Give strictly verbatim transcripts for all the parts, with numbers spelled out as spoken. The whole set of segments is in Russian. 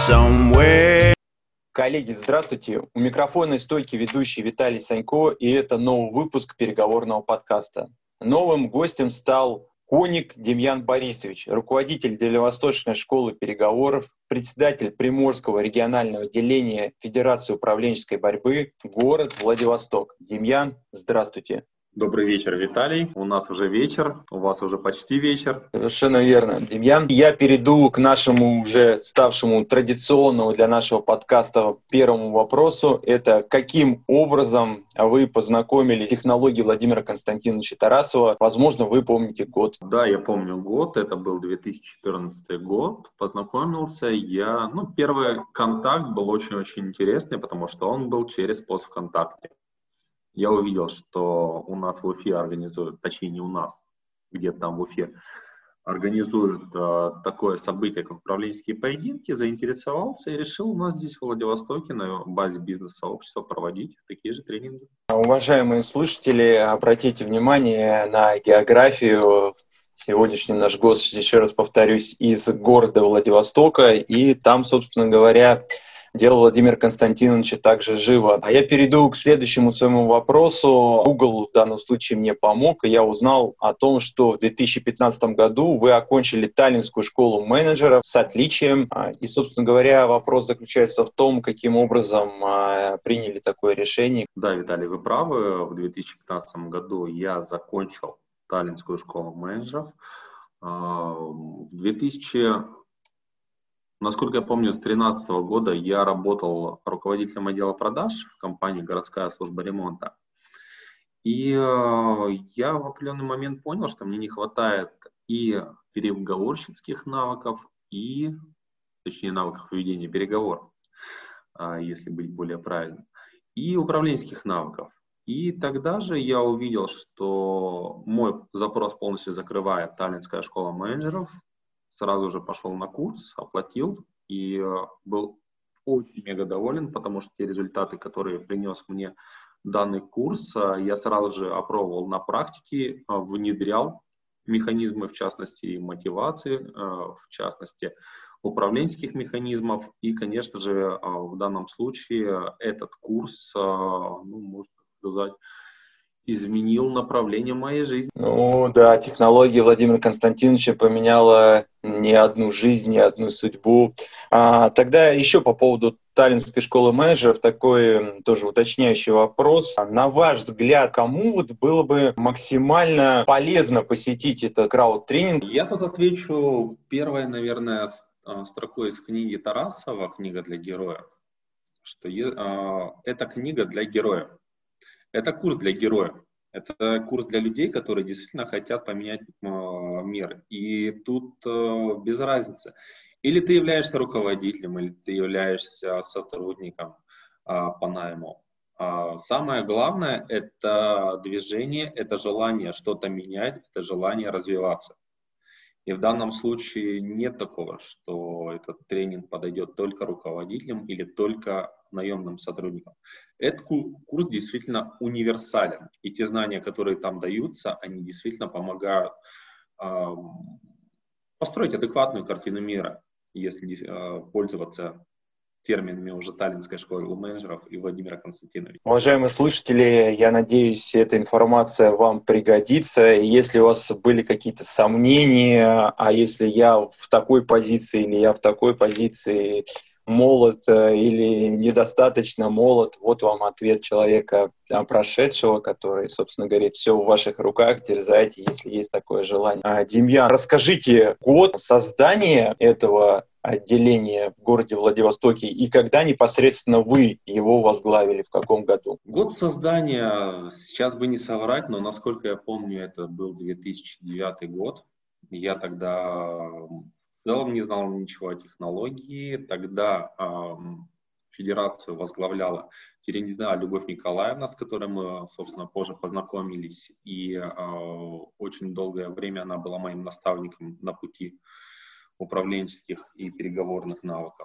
somewhere. Коллеги, здравствуйте. У микрофонной стойки ведущий Виталий Санько, и это новый выпуск переговорного подкаста. Новым гостем стал Коник Демьян Борисович, руководитель Дальневосточной школы переговоров, председатель Приморского регионального отделения Федерации управленческой борьбы, город Владивосток. Демьян, здравствуйте. Добрый вечер, Виталий. У нас уже вечер, у вас уже почти вечер. Совершенно верно, Демьян. Я перейду к нашему уже ставшему традиционному для нашего подкаста первому вопросу. Это каким образом вы познакомили технологии Владимира Константиновича Тарасова? Возможно, вы помните год. Да, я помню год, это был две тысячи четырнадцатый год. Познакомился я, ну, первый контакт был очень-очень интересный, потому что он был через пост ВКонтакте. Я увидел, что у нас в Уфе организуют, точнее не у нас, где-то там в Уфе, организуют э, такое событие, как управленческие поединки, заинтересовался и решил у нас здесь в Владивостоке на базе бизнес-сообщества проводить такие же тренинги. Уважаемые слушатели, обратите внимание на географию. Сегодняшний наш гость, еще раз повторюсь, из города Владивостока, и там, собственно говоря, дело Владимира Константиновича также живо. А я перейду к следующему своему вопросу. Google в данном случае мне помог, и я узнал о том, что в две тысячи пятнадцатом году вы окончили Таллинскую школу менеджеров с отличием. И, собственно говоря, вопрос заключается в том, каким образом приняли такое решение. Да, Виталий, вы правы. В две тысячи пятнадцатом году я закончил Таллинскую школу менеджеров. В две тысячи Насколько я помню, с две тысячи тринадцатого года я работал руководителем отдела продаж в компании «Городская служба ремонта». И э, я в определенный момент понял, что мне не хватает и переговорщицких навыков, и, точнее, навыков ведения переговоров, э, если быть более правильным, и управленческих навыков. И тогда же я увидел, что мой запрос полностью закрывает Таллинская школа менеджеров. Сразу же пошел на курс, оплатил и э, был очень мега доволен, потому что те результаты, которые принес мне данный курс, э, я сразу же опробовал на практике, э, внедрял механизмы, в частности, и мотивации, э, в частности, управленческих механизмов. И, конечно же, э, в данном случае этот курс, э, ну, можно сказать, изменил направление моей жизни. Ну да, технология Владимира Константиновича поменяла не одну жизнь, не одну судьбу. А, тогда еще по поводу Таллинской школы менеджеров такой тоже уточняющий вопрос. На ваш взгляд, кому вот было бы максимально полезно посетить этот крауд-тренинг? Я тут отвечу первой, наверное, строкой из книги Тарасова «Книга для героев», что э, это книга для героев. Это курс для героев. Это курс для людей, которые действительно хотят поменять э, мир. И тут э, без разницы. Или ты являешься руководителем, или ты являешься сотрудником э, по найму. А самое главное – это движение, это желание что-то менять, это желание развиваться. И в данном случае нет такого, что этот тренинг подойдет только руководителям или только наемным сотрудникам. Этот курс действительно универсален. И те знания, которые там даются, они действительно помогают э, построить адекватную картину мира, если э, пользоваться терминами уже Таллинской школы менеджеров и Владимира Константиновича. Уважаемые слушатели, я надеюсь, эта информация вам пригодится. И если у вас были какие-то сомнения, а если я в такой позиции или я в такой позиции, молод или недостаточно молод, вот вам ответ человека прошедшего, который, собственно говоря, все в ваших руках, дерзайте, если есть такое желание. А, Демьян, расскажите год создания этого отделения в городе Владивостоке и когда непосредственно вы его возглавили, в каком году? Год создания, сейчас бы не соврать, но насколько я помню, это был две тысячи девятый год. Я тогда в целом не знал ничего о технологии. Тогда э, федерацию возглавляла Терендина Любовь Николаевна, с которой мы, собственно, позже познакомились. И э, очень долгое время она была моим наставником на пути управленческих и переговорных навыков.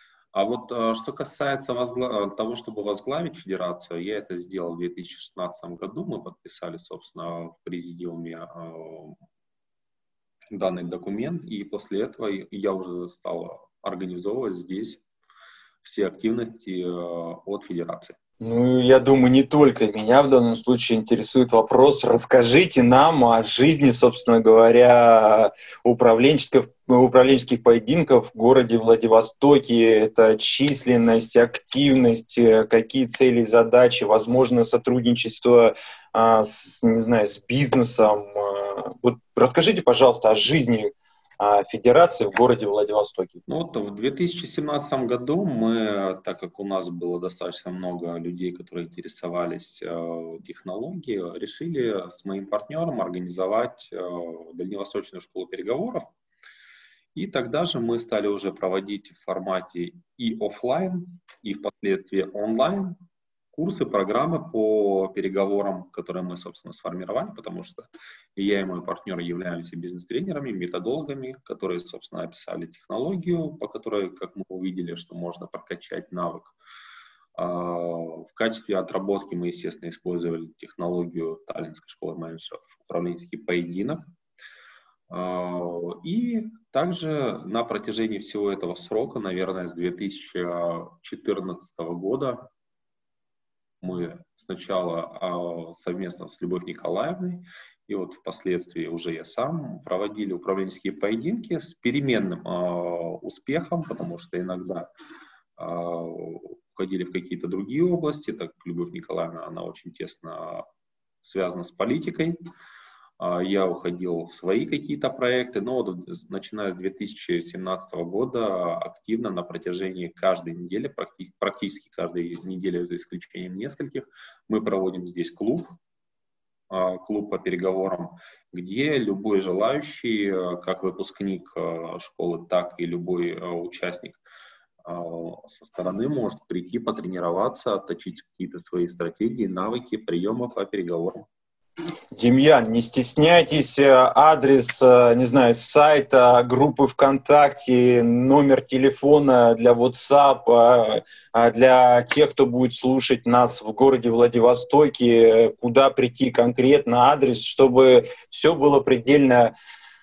А вот что касается возгла... того, чтобы возглавить федерацию, я это сделал в две тысячи шестнадцатом году. Мы подписали, собственно, в президиуме данный документ, и после этого я уже стал организовывать здесь все активности от федерации. Ну, я думаю, не только меня в данном случае интересует вопрос. Расскажите нам о жизни, собственно говоря, управленческих, управленческих поединков в городе Владивостоке. Это численность, активность, какие цели, задачи, возможно, сотрудничество а, с, не знаю, с бизнесом. Вот расскажите, пожалуйста, о жизни федерации в городе Владивостоке. Ну вот в две тысячи семнадцатом году мы, так как у нас было достаточно много людей, которые интересовались э, технологией, решили с моим партнером организовать э, Дальневосточную школу переговоров. И тогда же мы стали уже проводить в формате и офлайн, и впоследствии онлайн курсы, программы по переговорам, которые мы, собственно, сформировали, потому что и я, и мой партнер являемся бизнес-тренерами, методологами, которые, собственно, описали технологию, по которой, как мы увидели, что можно прокачать навык. В качестве отработки мы, естественно, использовали технологию Таллинской школы менеджеров управленческий поединок. И также на протяжении всего этого срока, наверное, с две тысячи четырнадцатого года, мы сначала совместно с Любовью Николаевной и вот впоследствии уже я сам проводили управленческие поединки с переменным успехом, потому что иногда входили в какие-то другие области, так как Любовь Николаевна, она очень тесно связана с политикой. Я уходил в свои какие-то проекты, но вот, начиная с две тысячи семнадцатого года активно на протяжении каждой недели, практически каждой недели, за исключением нескольких, мы проводим здесь клуб, клуб по переговорам, где любой желающий, как выпускник школы, так и любой участник со стороны может прийти, потренироваться, отточить какие-то свои стратегии, навыки, приемы по переговорам. Демьян, не стесняйтесь, адрес, не знаю, сайта, группы ВКонтакте, номер телефона для WhatsApp, для тех, кто будет слушать нас в городе Владивостоке, куда прийти конкретно, адрес, чтобы все было предельно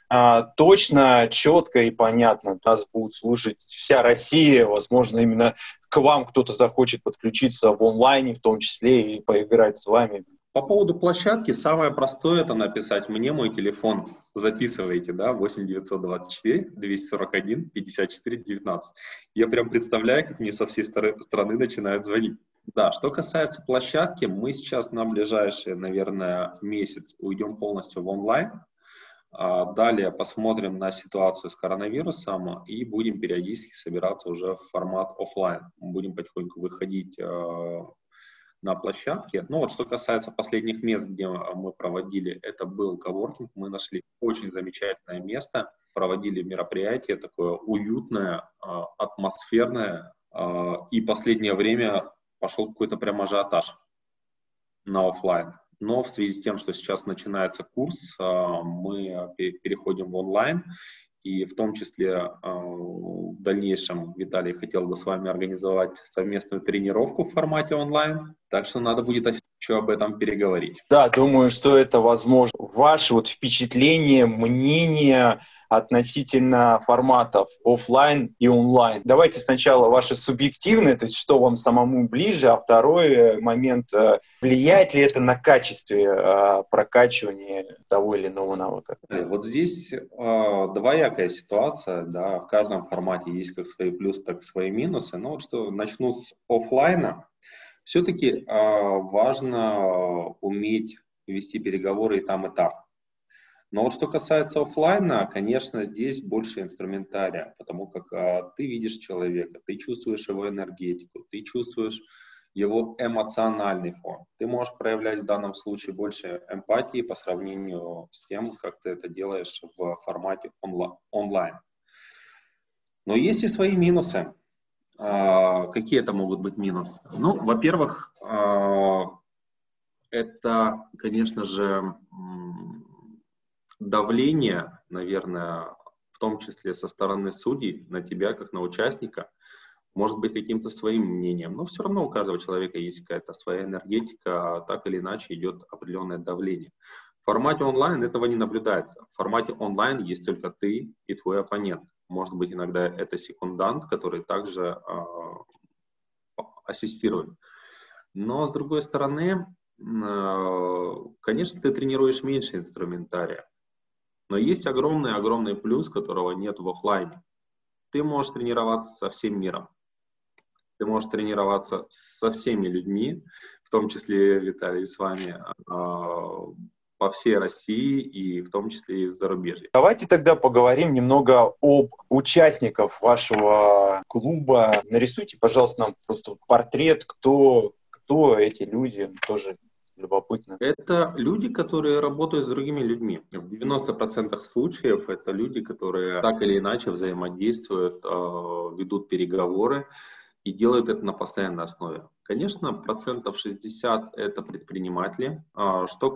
точно, четко и понятно. Нас будут слушать вся Россия, возможно, именно к вам кто-то захочет подключиться в онлайне, в том числе, и поиграть с вами. По поводу площадки, самое простое — это написать мне, мой телефон записывайте, да, восемь девятьсот двадцать четыре двести сорок один пятьдесят четыре девятнадцать. Я прям представляю, как мне со всей страны начинают звонить. Да, что касается площадки, мы сейчас на ближайшие, наверное, месяц уйдем полностью в онлайн. Далее посмотрим на ситуацию с коронавирусом и будем периодически собираться уже в формат офлайн. Будем потихоньку выходить на площадке. Ну вот, что касается последних мест, где мы проводили, это был коворкинг. Мы нашли очень замечательное место, проводили мероприятие такое уютное, атмосферное, и последнее время пошел какой-то прям ажиотаж на офлайн. Но в связи с тем, что сейчас начинается курс, мы переходим в онлайн. И в том числе в дальнейшем Виталий хотел бы с вами организовать совместную тренировку в формате онлайн. Так что надо будет еще об этом переговорить. Да, думаю, что это возможно. Ваши вот впечатления, мнения относительно форматов офлайн и онлайн. Давайте сначала ваши субъективные, то есть что вам самому ближе, а второй момент, влияет ли это на качестве прокачивания того или иного навыка? Вот здесь э, двоякая ситуация, да, в каждом формате есть как свои плюсы, так и свои минусы. Но вот что начну с офлайна. Все-таки э, важно уметь вести переговоры и там, и там. Но вот что касается офлайна, конечно, здесь больше инструментария, потому как э, ты видишь человека, ты чувствуешь его энергетику, ты чувствуешь его эмоциональный фон. Ты можешь проявлять в данном случае больше эмпатии по сравнению с тем, как ты это делаешь в формате онла- онлайн. Но есть и свои минусы. А, какие это могут быть минусы? Ну, во-первых, а, это, конечно же, давление, наверное, в том числе со стороны судей на тебя, как на участника, может быть каким-то своим мнением, но все равно у каждого человека есть какая-то своя энергетика, так или иначе идет определенное давление. формате онлайн этого не наблюдается. В формате онлайн есть только ты и твой оппонент. Может быть, иногда это секундант, который также э, ассистирует. Но, с другой стороны, э, конечно, ты тренируешь меньше инструментария. Но есть огромный-огромный плюс, которого нет в офлайне. Ты можешь тренироваться со всем миром. Ты можешь тренироваться со всеми людьми, в том числе, Виталий, с вами, э, по всей России и в том числе и в зарубежье. Давайте тогда поговорим немного об участниках вашего клуба. Нарисуйте, пожалуйста, нам просто портрет, кто, кто эти люди, тоже любопытно. Это люди, которые работают с другими людьми. В девяноста процентах случаев это люди, которые так или иначе взаимодействуют, ведут переговоры и делают это на постоянной основе. Конечно, процентов шестьдесят это предприниматели. Что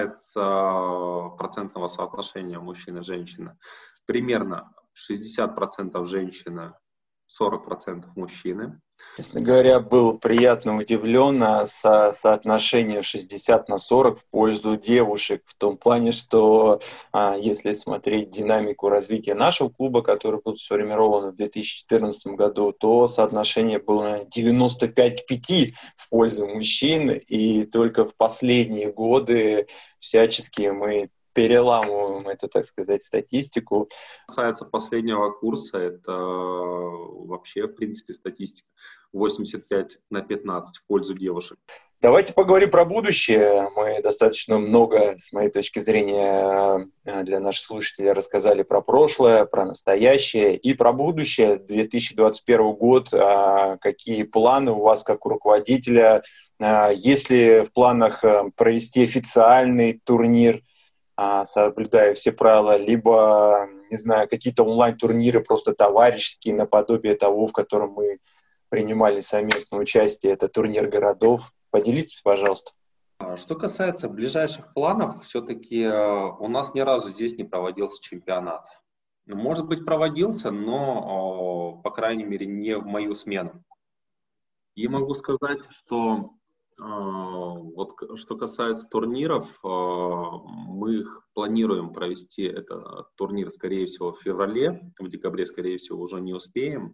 касается процентного соотношения мужчин и женщин, примерно шестьдесят процентов женщины, сорок процентов мужчины. Честно говоря, был приятно удивлен со соотношением шестьдесят на сорок в пользу девушек, в том плане, что а, если смотреть динамику развития нашего клуба, который был сформирован в две тысячи четырнадцатом году, то соотношение было девяносто пять к пяти в пользу мужчин, и только в последние годы всячески мы переламываем эту, так сказать, статистику. Что касается последнего курса, это вообще, в принципе, статистика восемьдесят пять на пятнадцать в пользу девушек. Давайте поговорим про будущее. Мы достаточно много, с моей точки зрения, для наших слушателей рассказали про прошлое, про настоящее и про будущее. две тысячи двадцать первый год. Какие планы у вас как у руководителя? Есть ли в планах провести официальный турнир, соблюдая все правила, либо, не знаю, какие-то онлайн-турниры просто товарищеские, наподобие того, в котором мы принимали совместное участие, это турнир городов. Поделитесь, пожалуйста. Что касается ближайших планов, все-таки у нас ни разу здесь не проводился чемпионат. Может быть, проводился, но, по крайней мере, не в мою смену. И могу сказать, что вот что касается турниров, мы их планируем провести, этот турнир, скорее всего, в феврале, в декабре, скорее всего, уже не успеем.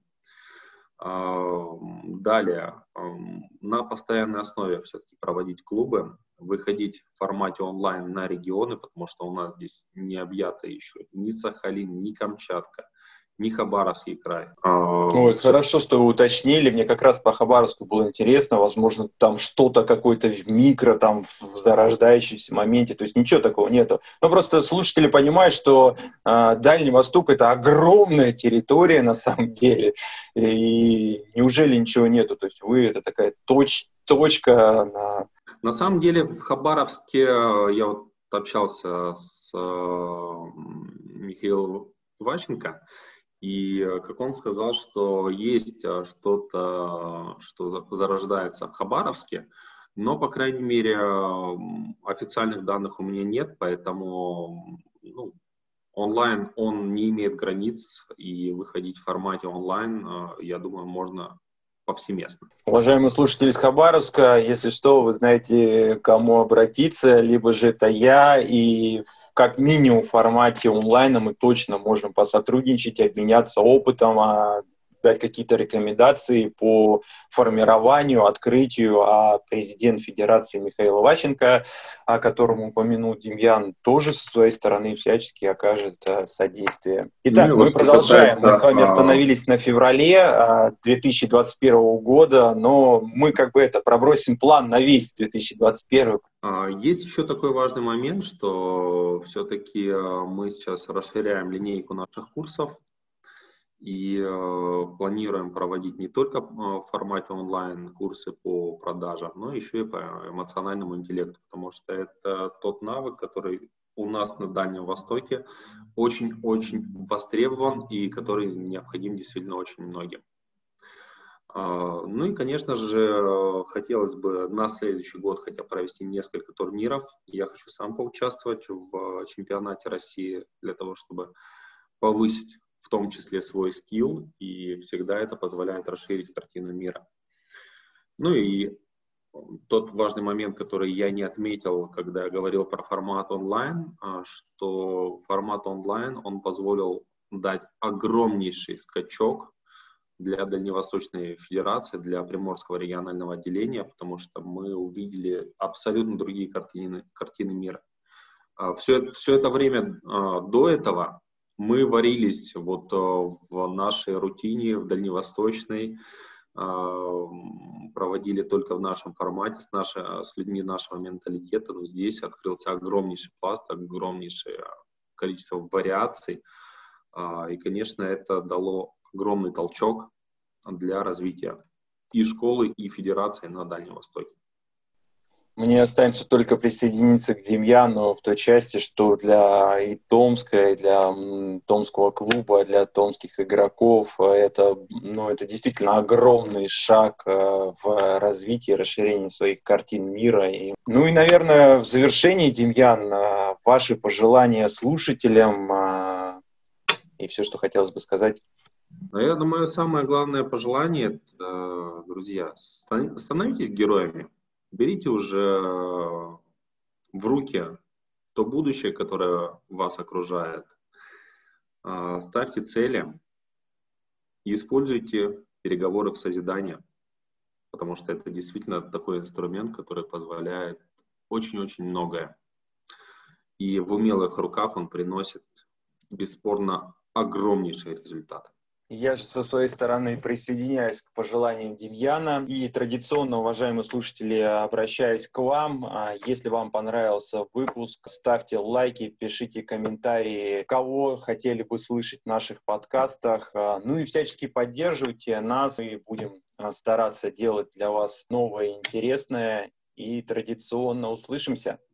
Далее, на постоянной основе все-таки проводить клубы, выходить в формате онлайн на регионы, потому что у нас здесь не объято еще ни Сахалин, ни Камчатка, ни Хабаровский край. Ой, Все... хорошо, что вы уточнили. Мне как раз по Хабаровску было интересно. Возможно, там что-то какое-то в микро, там в зарождающемся моменте. То есть ничего такого нету. Но просто слушатели понимают, что э, Дальний Восток — это огромная территория на самом деле. И неужели ничего нету? То есть вы — это такая точ, точка на... На самом деле в Хабаровске я вот общался с э, Михаилом Иващенко. И как он сказал, что есть что-то, что зарождается в Хабаровске, но, по крайней мере, официальных данных у меня нет, поэтому ну, онлайн он не имеет границ, и выходить в формате онлайн, я думаю, можно повсеместно. Уважаемые слушатели из Хабаровска, если что, вы знаете, к кому обратиться, либо же это я, и как минимум в формате онлайна мы точно можем посотрудничать, обменяться опытом, дать какие-то рекомендации по формированию, открытию, а президент Федерации Михаил Иващенко, о котором упомянул Демьян, тоже со своей стороны всячески окажет содействие. Итак, ну, мы продолжаем. Касается... Мы с вами остановились на феврале две тысячи двадцать первого года, но мы как бы это пробросим план на весь две тысячи двадцать первый. Есть еще такой важный момент, что все-таки мы сейчас расширяем линейку наших курсов. И э, планируем проводить не только в формате онлайн курсы по продажам, но еще и по эмоциональному интеллекту, потому что это тот навык, который у нас на Дальнем Востоке очень-очень востребован и который необходим действительно очень многим. Э, ну и, конечно же, хотелось бы на следующий год хотя бы провести несколько турниров. Я хочу сам поучаствовать в чемпионате России для того, чтобы повысить в том числе свой скилл, и всегда это позволяет расширить картину мира. Ну и тот важный момент, который я не отметил, когда я говорил про формат онлайн, что формат онлайн, он позволил дать огромнейший скачок для Дальневосточной Федерации, для Приморского регионального отделения, потому что мы увидели абсолютно другие картины, картины мира. Все, все это время до этого мы варились вот в нашей рутине, в Дальневосточной, проводили только в нашем формате, с, нашей, с людьми нашего менталитета, но здесь открылся огромнейший пласт, огромнейшее количество вариаций, и, конечно, это дало огромный толчок для развития и школы, и федерации на Дальнем Востоке. Мне останется только присоединиться к Демьяну в той части, что для и Томска, и для томского клуба, для томских игроков это, ну, это действительно огромный шаг в развитии, расширении своих картин мира. И, ну и, наверное, в завершении, Демьян, ваши пожелания слушателям и все, что хотелось бы сказать. Но я думаю, самое главное пожелание, друзья, становитесь героями. Берите уже в руки то будущее, которое вас окружает. Ставьте цели и используйте переговоры в созидание, потому что это действительно такой инструмент, который позволяет очень-очень многое. И в умелых руках он приносит бесспорно огромнейший результат. Я же со своей стороны присоединяюсь к пожеланиям Демьяна. И традиционно, уважаемые слушатели, обращаюсь к вам. Если вам понравился выпуск, ставьте лайки, пишите комментарии, кого хотели бы слышать в наших подкастах. Ну и всячески поддерживайте нас. Мы будем стараться делать для вас новое, интересное. И традиционно услышимся.